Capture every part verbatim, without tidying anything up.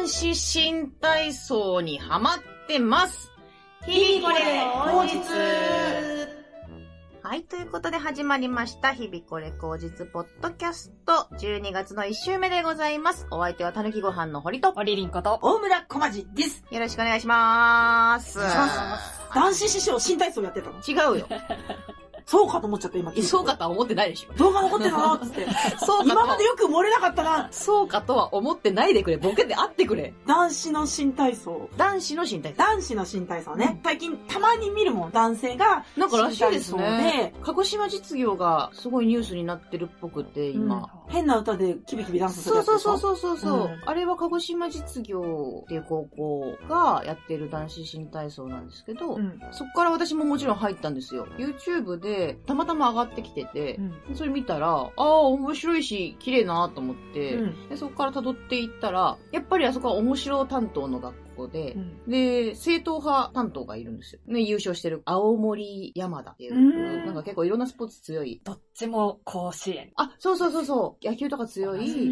子新体操にハマってます。 日々これ口実。 はい、ということで始まりました日々これ口実ポッドキャストじゅうにがつのいっ週目でございます。お相手はたぬきごはんの堀と堀凛こと大村こまじです。 よろしくお願いしまーす。 お願いします。男子師匠新体操やってたの？ 違うよ。 そうかと思っちゃった今。 そうかとは思ってないでしょ。 動画残ってたのっつって。そうか。今までよく漏れなかったな。 そうかとは思ってないでくれ。ボケであってくれ。 男子の新体操。 男子の新体操。 男子の新体操ね。うん、最近たまに見るもん。男性がなんからしいですね。鹿児島実業がすごいニュースになってるっぽくて今、 うん、変な歌でキビキビダンスするやつでしょ。 そうそうそうそうそう、うん、あれは鹿児島実業っていう高校がやってる男子新体操なんですけど、うん、そっから私ももちろん入ったんですよ。 YouTube でたまたま上がってきてて、うん、それ見たらああ面白いし綺麗なと思って、うん、でそこから辿っていったらやっぱりあそこは面白担当の学校で、うん、で正統派担当がいるんですよね。優勝してる青森山田っていう、うん、なんか結構いろんなスポーツ強い、 どっちも甲子園、 あそうそうそうそう野球とか強い、うん、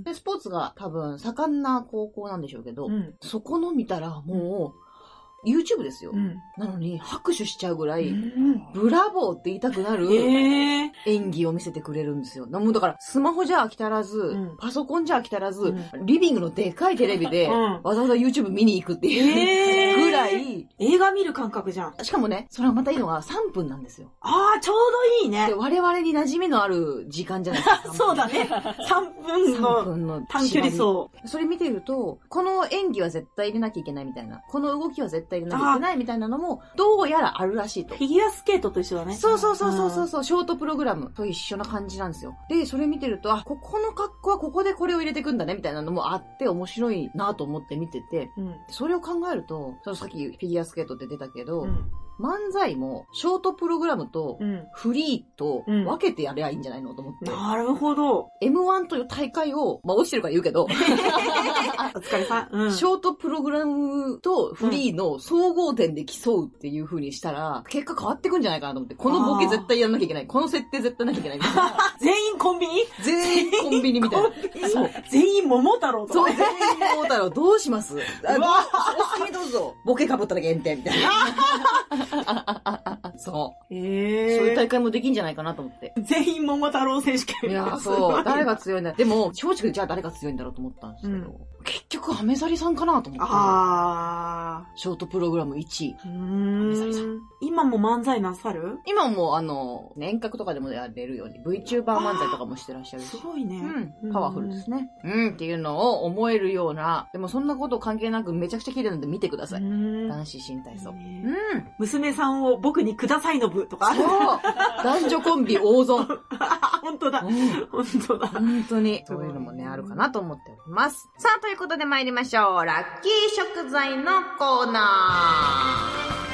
でスポーツが多分盛んな高校なんでしょうけど、うん、そこの見たらもうYouTube ですよ、うん、なのに拍手しちゃうぐらい、うん、ブラボーって言いたくなる演技を見せてくれるんですよ。もうだからスマホじゃ飽き足らず、うん、パソコンじゃ飽き足らず、うん、リビングのでかいテレビで、うん、わざわざ YouTube 見に行くっていうぐらい、 映画見る感覚じゃん。 しかもね、それはまたいいのがさんぷんなんですよ。 ああ、ちょうどいいね。 で我々に馴染みのある時間じゃないですか。 そうだね。さんぷんの短距離走。 それ見てると、この演技は絶対入れなきゃいけないみたいな、この動きは絶対入れなきゃいけないみたいなのもどうやらあるらしいと。 フィギュアスケートと一緒だね。 そうそうそうそうそうそう、うん、ショートプログラムと一緒な感じなんですよ。でそれ見てると、あ、ここの格好はここでこれを入れてくんだねみたいなのもあって面白いなと思って見てて、うん、それを考えると、そのさっきフィギュアスケートって出たけど、うん、漫才もショートプログラムとフリーと分けてやればいいんじゃないのと思って、 うん、なるほど。 エムワン という大会を、まあ落ちてるから言うけどお疲れさん、うん、 ショートプログラムとフリーの総合点で競うっていう風にしたら結果変わってくんじゃないかなと思って、このボケ絶対やらなきゃいけない、この設定絶対なきゃいけないみたいな全員コンビニ全員コンビニみたいなそう全員桃太郎とか、 そう全員桃太郎どうしますあ、どうお好きどうぞボケかぶったら限定みたいなそう、えー、そういう大会もできんじゃないかなと思って、 全員桃太郎選手権。 いやそう誰が強いんだ。でも正直じゃあ誰が強いんだろうと思ったんですけど、うん、結局アメザリさんかなと思って。 あー、 ショートプログラムいちい、 うーん、アメザリさん。今も漫才なさる？ 今もあの遠隔とかでもやれるように VTuber 漫才とかもしてらっしゃるし、 すごいね、 うん、パワフルですね。うんっていうのを思えるような、でもそんなこと関係なくめちゃくちゃ綺麗なんで見てください。男子新体操、うん、 娘さんを僕にくださいの部とか、 そう男女コンビ大損本当だ、うん、本当だ、 本当にそういうのもねあるかなと思っております。さあということで参りましょう。ラッキー食材のコーナー。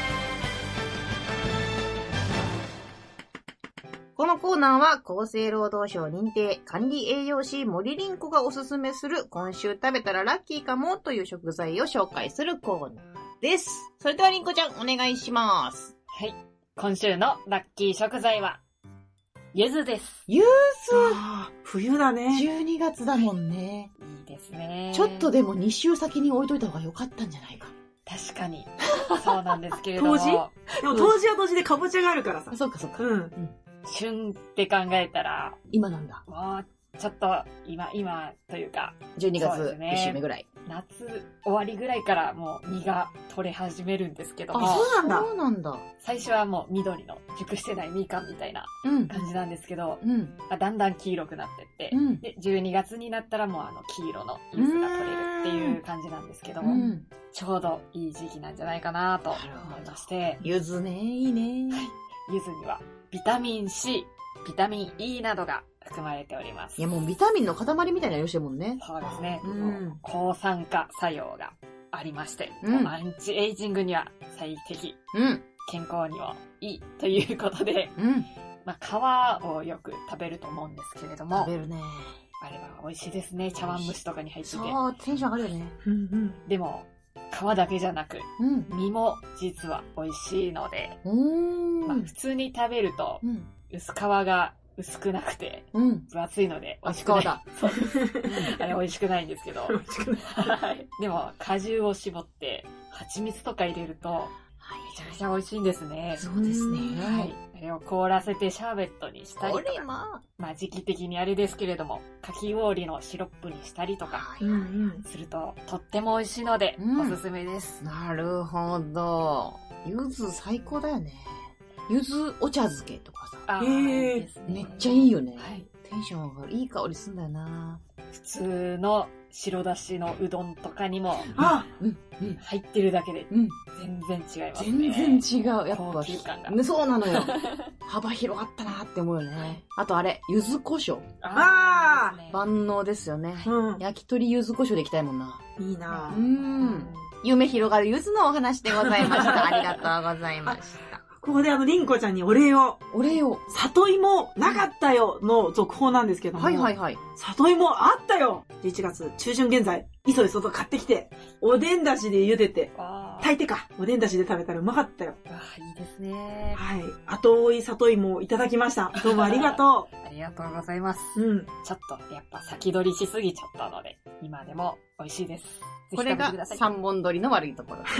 このコーナーは厚生労働省認定管理栄養士森凛子がおすすめする今週食べたらラッキーかもという食材を紹介するコーナーです。それでは凛子ちゃんお願いします。 はい、今週のラッキー食材は柚子です。 柚子、 冬だね。 じゅうにがつだもんね。 いいですね。 ちょっとでもに週先に置いといた方が良かったんじゃないか。 確かにそうなんですけれども当時でも当時は当時でかぼちゃがあるからさ。 そうかそうか、うん、うん、 旬って考えたら今なんだ。 もうちょっと今今というかじゅうにがついち週目ぐらい、 夏終わりぐらいからもう実が取れ始めるんですけども。 あ、そうなんだ。 そうなんだ。 最初はもう緑の熟してないみかんみたいな感じなんですけど、うん、だんだん黄色くなってって、うん、でじゅうにがつになったらもうあの黄色の柚子が取れるっていう感じなんですけども、うん、ちょうどいい時期なんじゃないかなと思いまして。 柚子ね、いいね。はい、 柚子にはビタミン C、ビタミン E などが含まれております。 いやもうビタミンの塊みたいな色してるもんね。 そうですね。うん、抗酸化作用がありまして、うん、アンチエイジングには最適、うん、健康にもいいということで、うん、まあ、皮をよく食べると思うんですけれども、 食べるね。 あれは美味しいですね。茶碗蒸しとかに入ってて。 そう、テンション上がるよね。 うんうん、でも皮だけじゃなく、うん、身も実は美味しいので、まあ、普通に食べると、うん、薄皮が薄くなくて、うん、分厚いので美味しくない。だそうですあれ美味しくないんですけど。美味しくない。でも、果汁を絞って、蜂蜜とか入れると、めちゃめちゃ美味しいんですね。 そうですね。 はい。あれを凍らせてシャーベットにしたりとか。まあ、まあ時期的にあれですけれども、かき氷のシロップにしたりとか、すると、とっても美味しいので、うん、おすすめです。 なるほど。柚子最高だよね。柚子お茶漬けとかさ。 あー、ね、 めっちゃいいよね。はい。テンション上がる。いい香りすんだよな。 普通の白だしのうどんとかにも、あ、うんうん、入ってるだけで、うん、全然違いますね。 全然違う。やっぱ、 高級感が。 そうなのよ。幅広がったなって思うよね。あとあれ、柚子胡椒。 ああ、 万能ですよね。うん、焼き鳥柚子胡椒でいきたいもんな。 いいな。 うん。夢広がる柚子のお話でございました。ありがとうございました。 ここであの、りんこちゃんにお礼を。 お礼を。 里芋なかったよの続報なんですけども。 はいはいはい。 里芋あったよ !じゅういちがつ中旬現在、急いそと買ってきて、おでんだしで茹でて、炊いてか、おでんだしで食べたらうまかったよ。 わあ、いいですね。 はい。後追い里芋をいただきました。どうもありがとう。ありがとうございます。 うん。 ちょっと、やっぱ先取りしすぎちゃったので、今でも美味しいです。 これがさんぼん取りの悪いところです。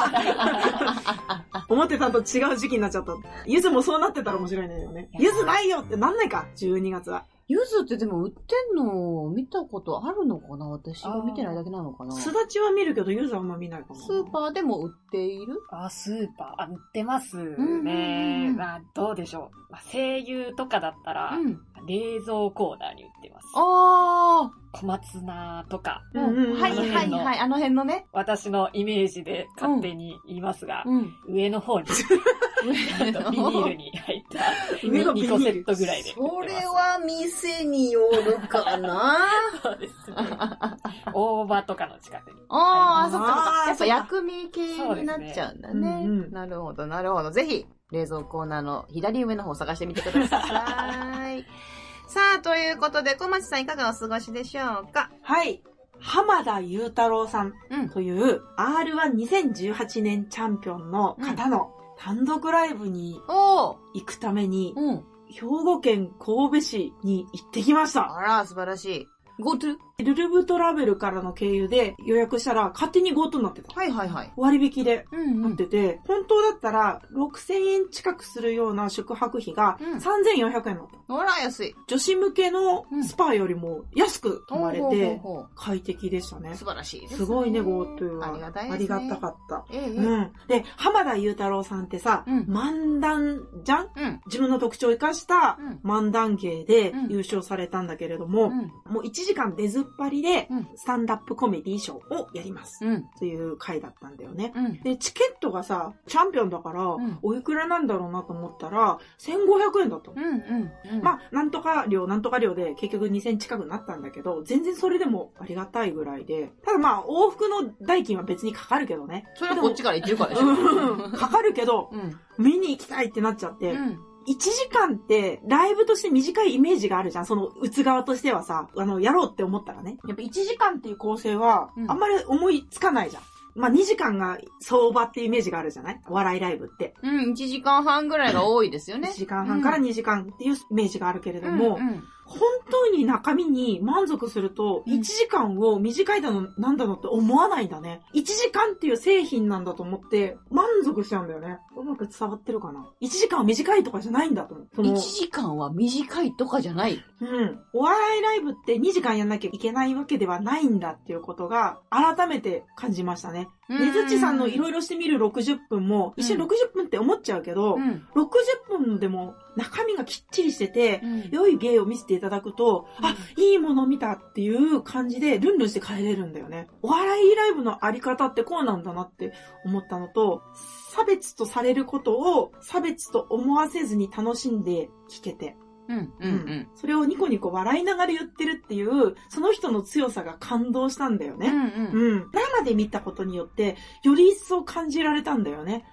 思ってたと違う時期になっちゃった。柚子もそうなってたら面白いねよね。柚子ないよってなんないか、じゅうにがつは。 柚子ってでも売ってんの見たことあるのかな？私が見てないだけなのかな？ すだちは見るけど、柚子はあんま見ないかも。 スーパーでも売っている？ あ、スーパー、あ、売ってますね。まあ、どうでしょう。まあ、声優とかだったら、うん、冷蔵コーナーに売ってます。 あー。 小松菜とか。 うんうんうん、はいはいはい、あの辺のね。 私のイメージで勝手に言いますが、うん、上の方に、上のビニールに入ったにこセットぐらいで。 それは店によるかなそうですね。大葉とかの近くに。 ああ、そっかそっか。やっぱ薬味系になっちゃうんだね。ね、うんうん、なるほど、なるほど。ぜひ、冷蔵コーナーの左上の方を探してみてください。さあ、ということで、小町さんいかがお過ごしでしょうか？ はい。浜田雄太郎さんという、アールワンにせんじゅうはち 年チャンピオンの方の単独ライブに行くために、うん、兵庫県神戸市に行ってきました。 あら、素晴らしい。GoTo？ ルルブトラベルからの経由で予約したら勝手に GoTo になってた。 はいはいはい。 割引でなってて、うんうん、本当だったらろくせんえん近くするような宿泊費がさんぜんよんひゃくえんだった。 あら、安い。 女子向けのスパよりも安く泊まれて快適でしたね。 素晴らしいですね。 すごいね、GoTo は。 ありがたいですね。 ありがたかった。 ええ、 うん。で、浜田雄太郎さんってさ、うん、漫談じゃん、うん、自分の特徴を生かした漫談芸で優勝されたんだけれども、うん、もういちじかん出ずっぱりで、スタンダップコメディショーをやります。うん。という回だったんだよね。うん。で、チケットがさ、チャンピオンだから、うん、おいくらなんだろうなと思ったら、せんごひゃくえんだったの。うんうん、うん。まあ、なんとか料、なんとか料で結局にせん近くなったんだけど、全然それでもありがたいぐらいで。ただまあ、往復の代金は別にかかるけどね。 それはこっちから言ってるからでしょ。 うん。かかるけど、うん、見に行きたいってなっちゃって、うんいちじかんってライブとして短いイメージがあるじゃん。その打つ側としてはさ、あの、やろうって思ったらね。やっぱいちじかんっていう構成はあんまり思いつかないじゃん。うん、まあにじかんが相場っていうイメージがあるじゃないお笑いライブって。 うん、いちじかんはんぐらいが多いですよね。 いちじかんはんからにじかんっていうイメージがあるけれども、うんうん本当に中身に満足すると、いちじかんを短いだの、なんだのって思わないんだね。いちじかんっていう製品なんだと思って、満足しちゃうんだよね。うまく伝わってるかな ?いちじかんは短いとかじゃないんだと思う。 いちじかんは短いとかじゃない。 うん。お笑いライブってにじかんやんなきゃいけないわけではないんだっていうことが、改めて感じましたね。ねずっちさんのいろいろしてみるろくじゅっぷんも、一緒にろくじゅっぷんって思っちゃうけど、うん、ろくじゅっぷんでも中身がきっちりしてて、うん、良い芸を見せていただくと、うん、あ、いいもの見たっていう感じでルンルンして帰れるんだよね。お笑いライブのあり方ってこうなんだなって思ったのと、差別とされることを差別と思わせずに楽しんで聞けて、 うんうんうん、 それをニコニコ笑いながら言ってるっていう、その人の強さが感動したんだよね。うんうんうん、生で見たことによって、より一層感じられたんだよね。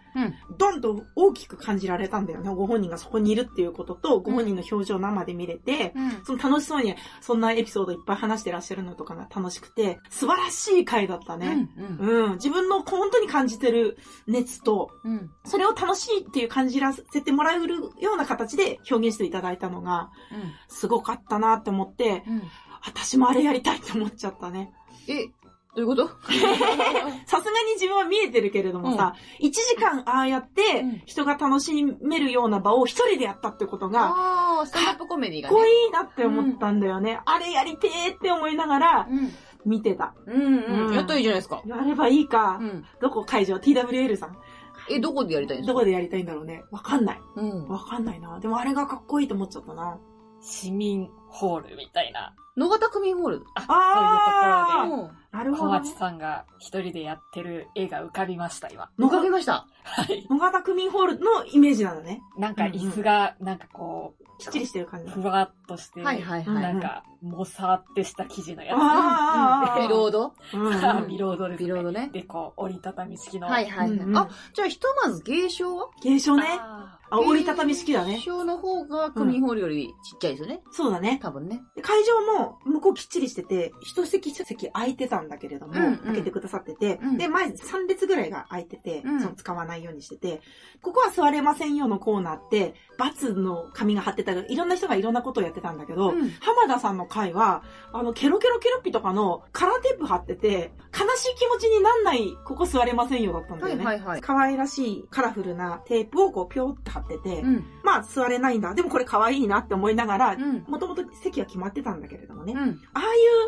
うん、ドンと大きく感じられたんだよね。ご本人がそこにいるっていうことと、ご本人の表情を生で見れて、うん、その楽しそうにそんなエピソードいっぱい話してらっしゃるのとかが楽しくて、素晴らしい回だったね。うん、うんうん、自分の本当に感じてる熱と、うん、それを楽しいっていう感じらせてもらえるような形で表現していただいたのが、すごかったなって思って、うん、私もあれやりたいって思っちゃったね。 えどういうことさすがに自分は見えてるけれどもさ、うん、いちじかんああやって人が楽しめるような場を一人でやったってことが、 ああ、スタンダップコメディがね。 かっこいいなって思ったんだよね。うん、あれやりてーって思いながら、見てた。 うんうんうん。やったらいいじゃないですか。 やればいいか。うん、どこ会場 ?ティーダブリューエル さん。 え、どこでやりたいんですか？ どこでやりたいんだろうね。わかんない。うん。わかんないな。でもあれがかっこいいと思っちゃったな。 市民ホールみたいな。 野方区民ホール。 あ、そういうところで。なるほど。小町さんが一人でやってる絵が浮かびました、今。 浮かびました。 はい。野方区民ホールのイメージなのね。 なんか椅子が、なんかこう、 きっちりしてる感じ。 ふわっとして、 はいはいはい。 なんか、もさってした生地のやつ。ああ、ビロードビロードですね。 ビロードね。 で、こう、折りたたみ式の。 はいはいはい。あ、じゃあひとまず芸商は？ 芸商ね。あ、折りたたみ式だね。 芸商の方が区民ホールよりちっちゃいですよね。 そうだね。 多分ね。 会場も向こうきっちりしてて、一席一席空いてたんだけれども、開けてくださってて、で、前さん列ぐらいが空いてて、その使わないようにしてて、ここは座れませんよのコーナーって、バツの紙が貼ってたり、いろんな人がいろんなことをやってたんだけど、浜田さんの回は、あの、ケロケロケロッピとかのカラーテープ貼ってて、悲しい気持ちになんない、ここ座れませんよだったんだよね。はいはいはい。可愛らしいカラフルなテープをこう、ぴょーって貼ってて、まあ、座れないんだ。でもこれ可愛いなって思いながら、もともと席は決まってたんだけれどもね。うん、ああいう、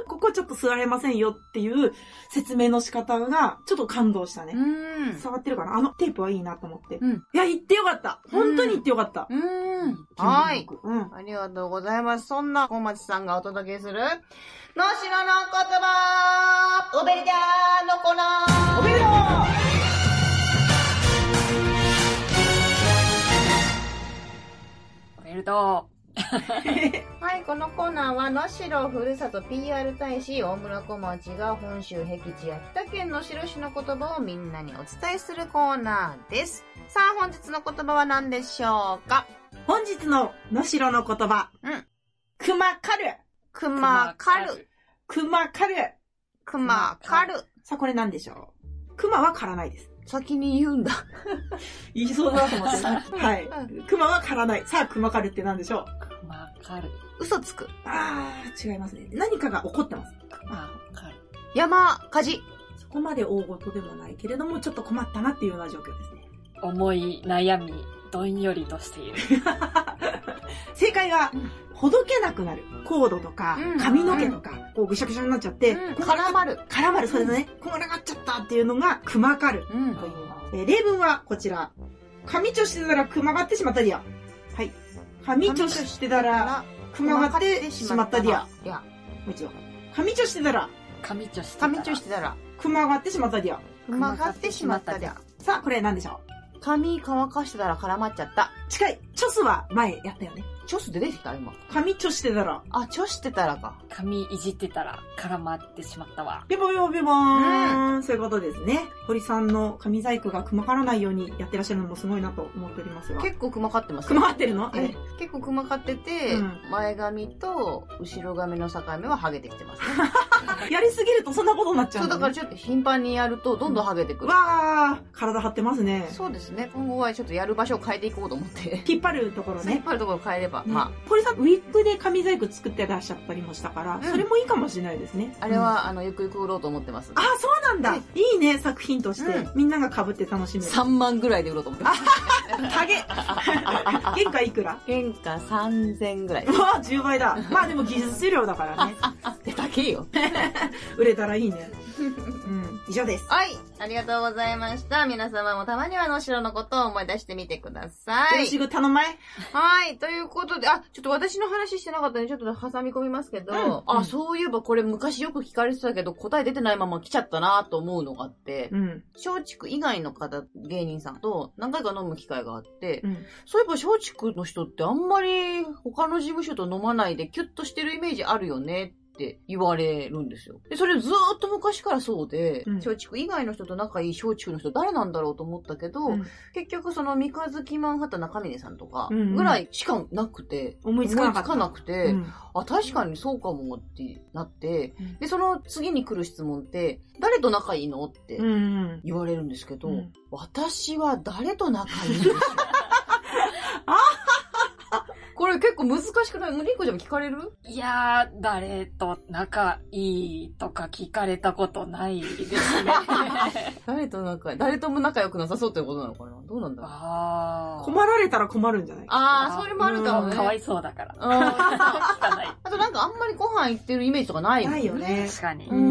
ここちょっと座れませんよっていう説明の仕方が、ちょっと感動したね。うん、触ってるかな？あのテープはいいなと思って。うん、いや、行ってよかった。本当に行ってよかった。 うん。はい。うん。ありがとうございます。そんな小町さんがお届けする、のしろの言葉、おべりでーのコーナー。おべりでーメルトはい、このコーナーは、能代ふるさと ピーアール 大使、大村小町が本州僻地や秋田県能代市の言葉をみんなにお伝えするコーナーです。さあ、本日の言葉は何でしょうか？ 本日の能代の言葉。うん。くまかる。 くまかる。 くまかる。 くまかる。 さあ、これ何でしょう？くまは狩らないです。 先に言うんだ。 言いそうだなと思って。はい。熊は狩らない。さあ、熊狩るって何でしょう？ 熊狩る。 嘘つく。 あー、違いますね。何かが起こってます。 熊狩る。 山火事。 そこまで大事でもないけれども、ちょっと困ったなっていうような状況ですね。 思い悩み、どんよりとしている。 正解は、うんほどけなくなる。コードとか、髪の毛とか、こうぐしゃぐしゃになっちゃって、 うん、絡まる。 絡まる。それでね、こんがらがっちゃったっていうのが、くまかる。うん、という。えー、例文はこちら。髪ちょしてたらくまがってしまったりや。はい。髪ちょしてたら、くまがってしまったりや。いや。もう一度。髪ちょしてたら、 髪ちょしてたら、 髪ちょしてたら、 くまがってしまったりや。 くまがってしまったりや。 さあ、これ何でしょう？髪乾かしてたら絡まっちゃった。 近い。チョスは前やったよね。 チョス出てきた今。 髪チョしてたら。 あ、チョしてたらか。 髪いじってたら絡まってしまったわ。 ビボビボビボーン、うん、そういうことですね。堀さんの髪細工がくまからないようにやってらっしゃるのもすごいなと思っておりますが。 結構くまかってますくまかってるの？ え結構くまかってて、うん、前髪と後ろ髪の境目はハゲてきてます、 ね。やりすぎるとそんなことになっちゃう、ね、 そうだからちょっと頻繁にやるとどんどんハゲてくる。うん、 わー、体張ってますね。 そうですね。今後はちょっとやる場所を変えていこうと思って。 引っ張るところね。 引っ張るところを変えれば、ね、まあ。 堀さんウィッグで髪細工作ってらっしゃったりもしたから、うん、それもいいかもしれないですね。 あれは、うん、あの、ゆくゆく売ろうと思ってます。 あ、そうなんだ。いいね、作品として。うん、みんなが被って楽しめる。 さんまんぐらいで売ろうと思ってます。 影原価いくら？ 原価さんぜんぐらい。 うわ、じゅうばいだ。まあでも技術料だからね。 で、高いよ。 売れたらいいね。うん、以上です。 はい。ありがとうございました。皆様もたまには能代のことを思い出してみてください。 よろしく頼まえ。 はい。ということで、あ、ちょっと私の話してなかったんで、ちょっと挟み込みますけど、うん、あ、そういえばこれ昔よく聞かれてたけど、答え出てないまま来ちゃったなと思うのがあって、うん、松竹以外の方、芸人さんと何回か飲む機会があって、うん、そういえば松竹の人ってあんまり他の事務所と飲まないでキュッとしてるイメージあるよね。っって言われるんですよ。で、それずーっと昔からそうで、うん、松竹以外の人と仲いい松竹の人誰なんだろうと思ったけど、うん、結局その三日月マンハッタン中峰さんとかぐらいしかなくて、 うんうん、思いつかなかった。 思いつかなくて、うん、あ、確かにそうかもってなって、うん、で、その次に来る質問って、誰と仲いいのって言われるんですけど、うんうん、私は誰と仲いいんでしょうこれ結構難しくない？リンコちゃんも聞かれる？ いやー、誰と仲いいとか聞かれたことないですね。 誰と仲いい？誰とも仲良くなさそうということなのかな？どうなんだろう？ あ困られたら困るんじゃない？ あー、それもあるかもね。 かわいそうだから。聞かない。 あとなんかあんまりご飯行ってるイメージとかないもんね。 ないよね。 確かに。 うん。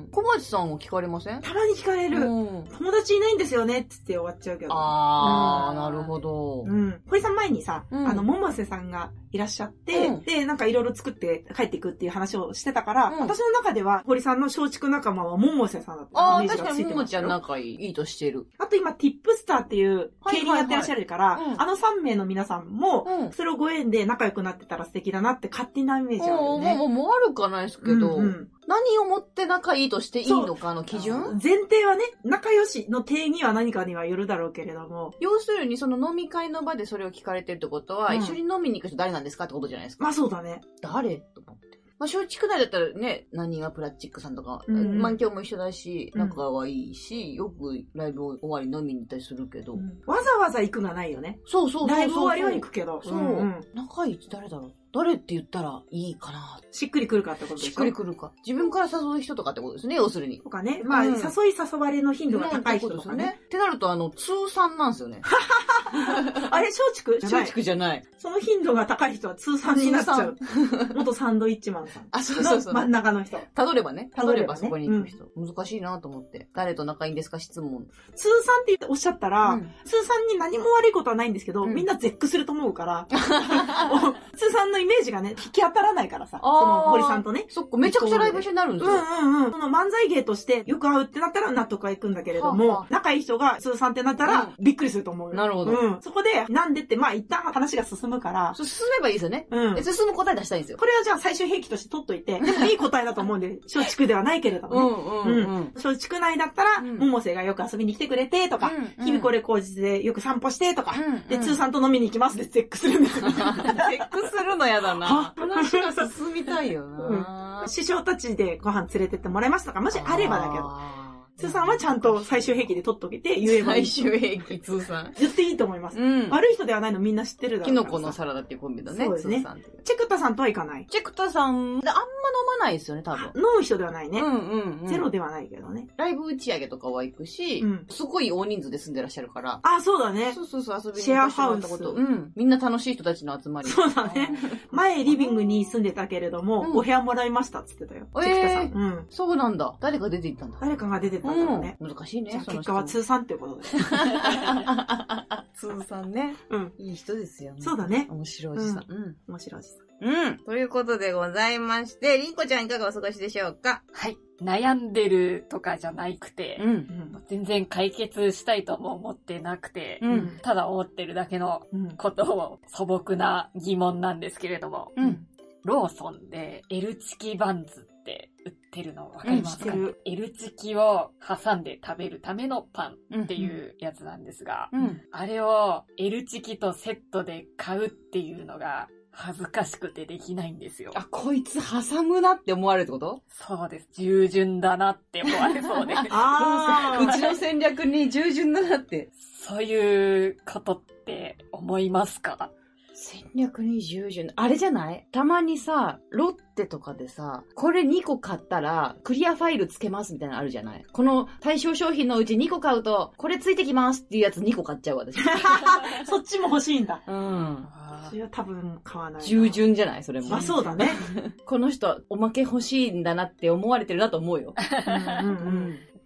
小町さんも聞かれません？ たまに聞かれる。友達いないんですよねって言って終わっちゃうけど。 あー、なるほど。 うん。堀さん前にさ、あの、百瀬さんがいらっしゃって、うん、で、なんかいろいろ作って帰っていくっていう話をしてたから、うん、私の中では、堀さんの松竹仲間は百瀬さんだったイメージがついてますよ。ああ、確かに百ちゃん仲いい、いいとしてる。 あと今、ティップスターっていう経理やってらっしゃるから、はいはいはい、あのさん名の皆さんも、うん、それをご縁で仲良くなってたら素敵だなって勝手なイメージあるよね。 もう、もう悪くはないですけど、うんうん、何をもって仲いいとしていいのかの基準？ 前提はね、仲良しの定義は何かにはよるだろうけれども。 要するにその飲み会の場でそれを聞かれてるってことは、うん、一緒に飲みに行く人誰なんですかってことじゃないですか。 まあそうだね。 誰と思って。まあ、松竹内だったらね、何がプラスチックさんとか、うん、満響も一緒だし、仲はいいし、よくライブ終わり飲みに行ったりするけど、うん。 わざわざ行くがないよね。 そうそうそうそう。 ライブ終わりは行くけど。 そう。うんうん、仲いいって誰だろう？誰って言ったらいいかな？ しっくりくるかってことでしょ？ しっくりくるか。自分から誘う人とかってことですね、要するに。 とかね。まあ、うん、誘い誘われの頻度が高い人とかね。 ってなると、あの、通算なんですよね。 あれ、松竹じゃない。 松竹じゃない。 その頻度が高い人は通算になっちゃう。元サンドイッチマンさん。 あ、そうそうそう。 真ん中の人。 たどればね。たどればそこに行く人。うん、難しいなと思って。誰と仲いいんですか質問。 通算っておっしゃったら、うん、通算に何も悪いことはないんですけど、うん、みんな絶句すると思うから、通算のイメージがね、引き当たらないからさ。その堀さんとね。 そっか、めちゃくちゃライブ一緒になるんですよ。 うんうんうん。その漫才芸としてよく会うってなったら納得はいくんだけれども、はあはあ、仲いい人が通算ってなったら、びっくりすると思うよ。 なるほど。 うん。そこで、なんでって、まあ一旦話が進むから。 進めばいいですよね。うん。進む答え出したいんですよ。 これはじゃあ最終兵器として取っといて、でもいい答えだと思うんで、松竹ではないけれどもね。うんうんうん。松竹内だったら、百瀬がよく遊びに来てくれて、とか、日々これ口実でよく散歩して、とか、で、通算と飲みに行きますで、絶句するんですよ。絶句するのやだな。話が進みたいよな、 うん。師匠たちでご飯連れてってもらいますとか、もしあればだけど。通算はちゃんと最終兵器で取っとけて言えばいい。 最終兵器通算。 言っていいと思います。うん、悪い人ではないのみんな知ってるだろう。 キノコのサラダっていうコンビだね。 そうですね。チェクタさんとはいかない。 チェクタさん、あんま飲まないですよね、多分。 飲む人ではないね。うんうん、うん。ゼロではないけどね。 ライブ打ち上げとかは行くし、うん、すごい大人数で住んでらっしゃるから。 あ、そうだね。 そうそうそう、遊びに行かせてもらったこと。うん。みんな楽しい人たちの集まり。 そうだね。前リビングに住んでたけれども、うん、お部屋もらいましたって言ってたよ。チェクタさん。うん。 そうなんだ。誰が出て行ったんだ。 誰かが出てったんだろうね。 難しいね。 結果は通算っていうことです。 通算ね。うん。いい人ですよね。 そうだね。 面白いおじさん。 うん。面白いおじさん。 うん。ということでございまして、りんこちゃんいかがお過ごしでしょうか？ はい。悩んでるとかじゃなくて、うん、全然解決したいとも思ってなくて、うん、ただ思ってるだけのことを素朴な疑問なんですけれども、うん、ローソンで L チキバンズって売ってるのわかりますか、うん、L チキを挟んで食べるためのパンっていうやつなんですが、うんうん、あれを L チキとセットで買うっていうのが恥ずかしくてできないんですよ。 あ、こいつ挟むなって思われるってこと？ そうです。従順だなって思われそうで。 ああ、うちの戦略に従順だなって。 そういうことって思いますか？ 戦略に従順。あれじゃない？たまにさ、ロッテとかでさ、これにこ買ったらクリアファイルつけますみたいなのあるじゃない？この対象商品のうちにこ買うと、これついてきますっていうやつにこ買っちゃう私。 そっちも欲しいんだ。 うん。 それは多分買わない。 従順じゃないそれも。 まあそうだね。 この人おまけ欲しいんだなって思われてるなと思うよ。うんうんうん。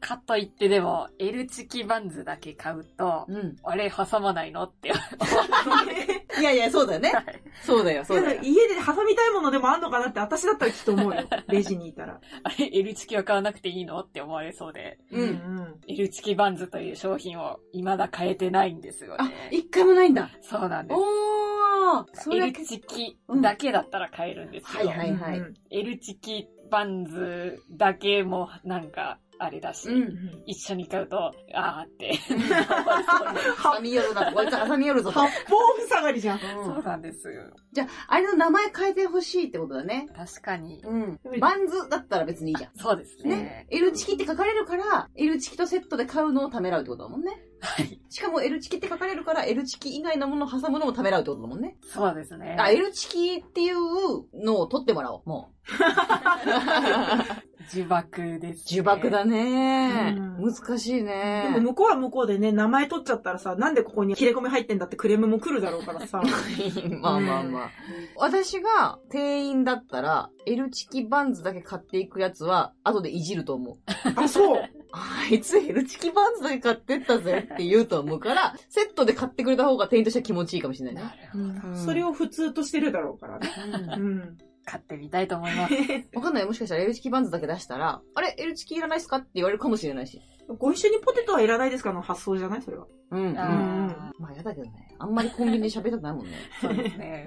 かといってでも、L チキバンズだけ買うと、うん、あれ挟まないのっていやいや、そうだよね。はい、そうだよ、そうだよ。 家で挟みたいものでもあんのかなって私だったらきっと思うよ。レジにいたら。 あれ、L チキは買わなくていいのって思われそうで。うんうん。L チキバンズという商品を未だ買えてないんですよね。 あ、一回もないんだ。 そうなんです。 おー、 それ L チキだけだったら買えるんですけど。 うん、はいはいはい。 L チキバンズだけもなんか、あれだし、うん、一緒に買うと、あーって。 挟み寄るな、こいつ挟み寄るぞ。 八方塞がりじゃん。 そうなんですよ。 じゃあ、あれの名前変えてほしいってことだね。 確かに。 うん。バンズだったら別にいいじゃん。 そうですね。 ね。L チキって書かれるから、L チキとセットで買うのをためらうってことだもんね。 はい。 しかも L チキって書かれるから、L チキ以外のものを挟むのもためらうってことだもんね。 そうですね。 あ、L チキっていうのを取ってもらおう、もう。 呪縛ですね。呪縛だね、うん。難しいね。 でも向こうは向こうでね、名前取っちゃったらさ、なんでここに切れ込み入ってんだってクレームも来るだろうからさ。 まあまあまあ。私が店員だったら、L チキバンズだけ買っていくやつは、後でいじると思う。 あ、そう。 あいつ L チキバンズだけ買ってったぜって言うと思うから、セットで買ってくれた方が店員としては気持ちいいかもしれないね。なるほど。うん、それを普通としてるだろうからね。うん。 買ってみたいと思います。 わかんない。もしかしたら L チキバンズだけ出したら、あれ ?L チキいらないっすかって言われるかもしれないし。 ご一緒にポテトはいらないですかの発想じゃないそれは。 うん。うん。まあやだけどね。あんまりコンビニで喋りたくないもんね。 そうですね。 うん。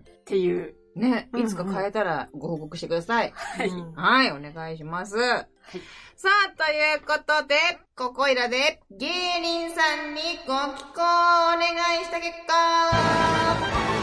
っていう。 ね。いつか変えたらご報告してください。 はい。 はい、お願いします。はい。さあ、ということで、ここいらで芸人さんにご寄稿をお願いした結果、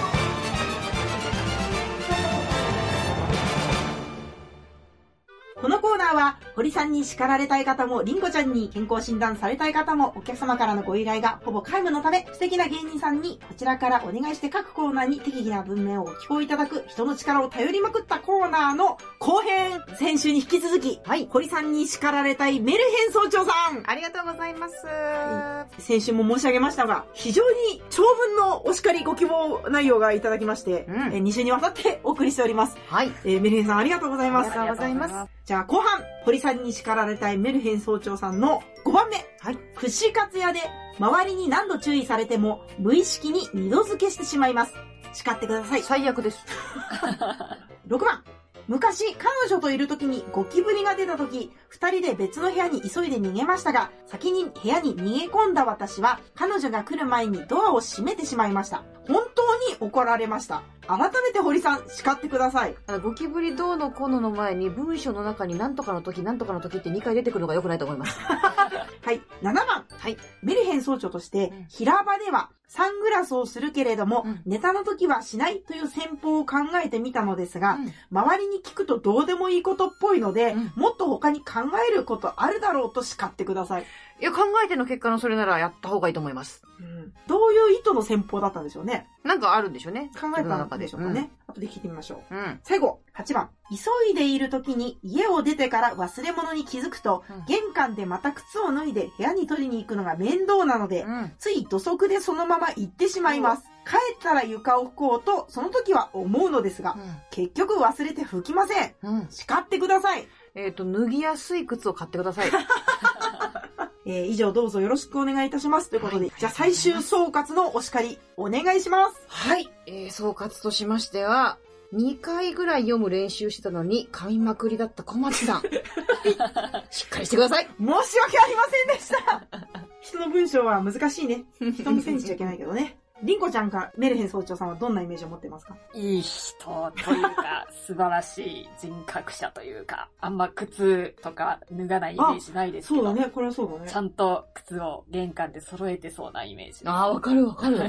このコーナーは、堀さんに叱られたい方も、りんごちゃんに健康診断されたい方も、お客様からのご依頼がほぼ皆無のため、素敵な芸人さんにこちらからお願いして各コーナーに適宜な文面をご寄稿いただく、人の力を頼りまくったコーナーの後編、先週に引き続き、はい、堀さんに叱られたいメルヘン総長さん。 ありがとうございます。 はい、先週も申し上げましたが、非常に長文のお叱りご希望内容がいただきまして、うん、えに週にわたってお送りしております。 はい。 えー、メルヘンさんありがとうございます。 ありがとうございます。 じゃあ後半、堀さんに叱られたいメルヘン総長さんのごばんめ。 はい。 串カツ屋で周りに何度注意されても無意識に二度付けしてしまいます。叱ってください。 最悪です。 ろくばん。昔、彼女といる時にゴキブリが出た時、二人で別の部屋に急いで逃げましたが、先に部屋に逃げ込んだ私は、彼女が来る前にドアを閉めてしまいました。本当に怒られました。改めて堀さん、叱ってください。 あのゴキブリどうのこうのの前に文章の中に何とかの時何とかの時ってにかい出てくるのが良くないと思います。 はい。ななばん。 はい。 メルヘン総長として、うん、平場ではサングラスをするけれども、うん、ネタの時はしないという戦法を考えてみたのですが、うん、周りに聞くとどうでもいいことっぽいので、うん、もっと他に考えることあるだろうと叱ってください。 いや、考えての結果のそれならやった方がいいと思います。 うん、どういう意図の戦法だったんでしょうね。 なんかあるんでしょうね。 考えたんでしょうかね。うん、後で聞いてみましょう。 うん、 最後、はちばん。急いでいる時に家を出てから忘れ物に気づくと、うん、玄関でまた靴を脱いで部屋に取りに行くのが面倒なので、うん、つい土足でそのまま行ってしまいます。帰ったら床を拭こうと、その時は思うのですが、うん、結局忘れて拭きません。うん、叱ってください。 えっと、脱ぎやすい靴を買ってください。 えー、以上どうぞよろしくお願いいたします。ということで、はい、じゃあ最終総括のお叱り、お願いします。 はい。えー、総括としましては、にかいぐらい読む練習してたのに、噛みまくりだった小町さん。しっかりしてください。 申し訳ありませんでした。人の文章は難しいね。人のせいにしちゃいけないけどね。りんこちゃんかメルヘン総長さんはどんなイメージを持ってますか？ いい人というか、素晴らしい人格者というか、あんま靴とか脱がないイメージないですけど。 そうだね、これはそうだね。 ちゃんと靴を玄関で揃えてそうなイメージです。 ああ、わかるわかる。うん。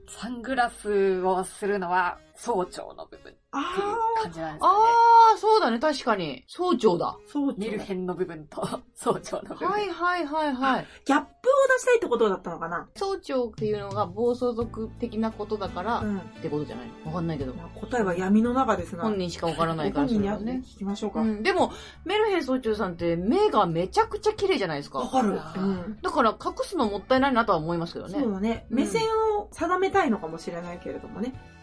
サングラスをするのは、総長の部分っていう感じなんですかね。 ああ、そうだね、確かに。総長だ。 総長。 メルヘンの部分と総長の部分。 はいはいはいはい。 ギャップを出したいってことだったのかな？ 総長っていうのが暴走族的なことだから、うん、ってことじゃないの？わかんないけど。 答えは闇の中ですが。 本人しかわからないから。 本人にね、聞きましょうか。 うん、でも、メルヘン総長さんって目がめちゃくちゃ綺麗じゃないですか。 わかる。 うん。だから隠すのもったいないなとは思いますけどね。 そうだね。目線を定めたいのかもしれないけれどもね。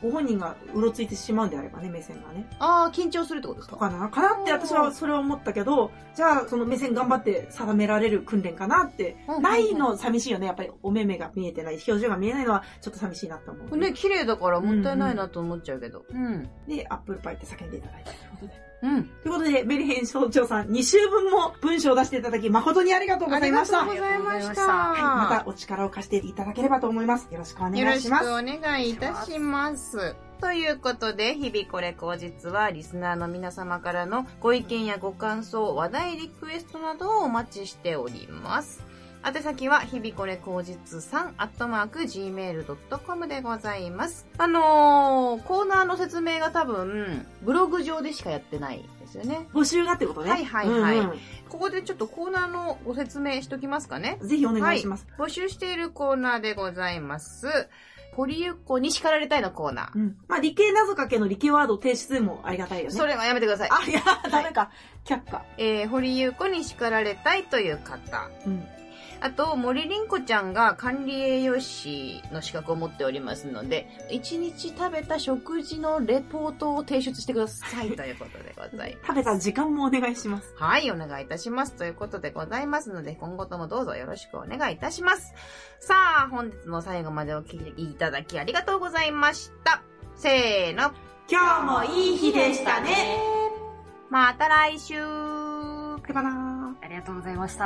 ご本人がうろついてしまうんであればね、目線がね。 ああ、緊張するってことですか？ かなかなって私はそれを思ったけど、じゃあその目線頑張って定められる訓練かなって、うん、ないの寂しいよね。やっぱりお目目が見えてない、表情が見えないのはちょっと寂しいなと思う。 ね、綺麗だからもったいないなと思っちゃうけど。 うん、うん。で、アップルパイって叫んでいただいたということで。 うん。 ということで、メリヘン総長さん、に週分も文章を出していただき、誠にありがとうございました。 ありがとうございました。 はい、またお力を貸していただければと思います。よろしくお願いします。 よろしくお願いいたします。ということで、日々これ口実は、リスナーの皆様からのご意見やご感想、話題リクエストなどをお待ちしております。宛先は、日々これ口実さん、アットマーク、ジーメールドットコム でございます。あのー、コーナーの説明が多分、ブログ上でしかやってないですよね。 募集がってことね。 はいはいはい。うんうん、ここでちょっとコーナーのご説明しときますかね。 ぜひお願いします。 はい、募集しているコーナーでございます。ポリユッコに叱られたいのコーナー。 うん。まあ、理系謎かけの理系ワード提出もありがたいよね。 それはやめてください。 あ、いや、ダメか。はい、却下。 えー、堀優子に叱られたいという方。うん。あと、森凛子ちゃんが管理栄養士の資格を持っておりますので、一日食べた食事のレポートを提出してくださいということでございます。 食べた時間もお願いします。 はい、お願いいたします。ということでございますので、今後ともどうぞよろしくお願いいたします。さあ、本日の最後までお聞きいただきありがとうございました。せーの。 今日もいい日でしたね。 また来週。 バイバーイ。 ありがとうございました。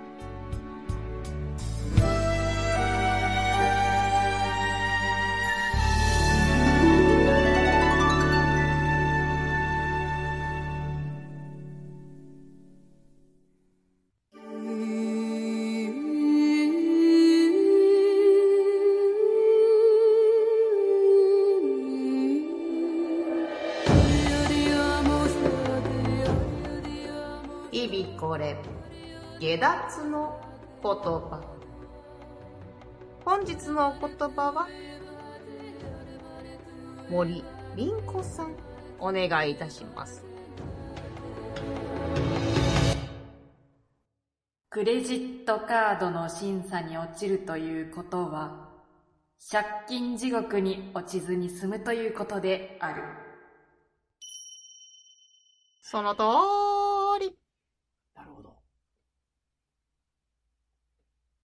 これ下脱の言葉。本日のお言葉は森凛子さん、お願いいたします。 クレジットカードの審査に落ちるということは、借金地獄に落ちずに済むということである。 その通り。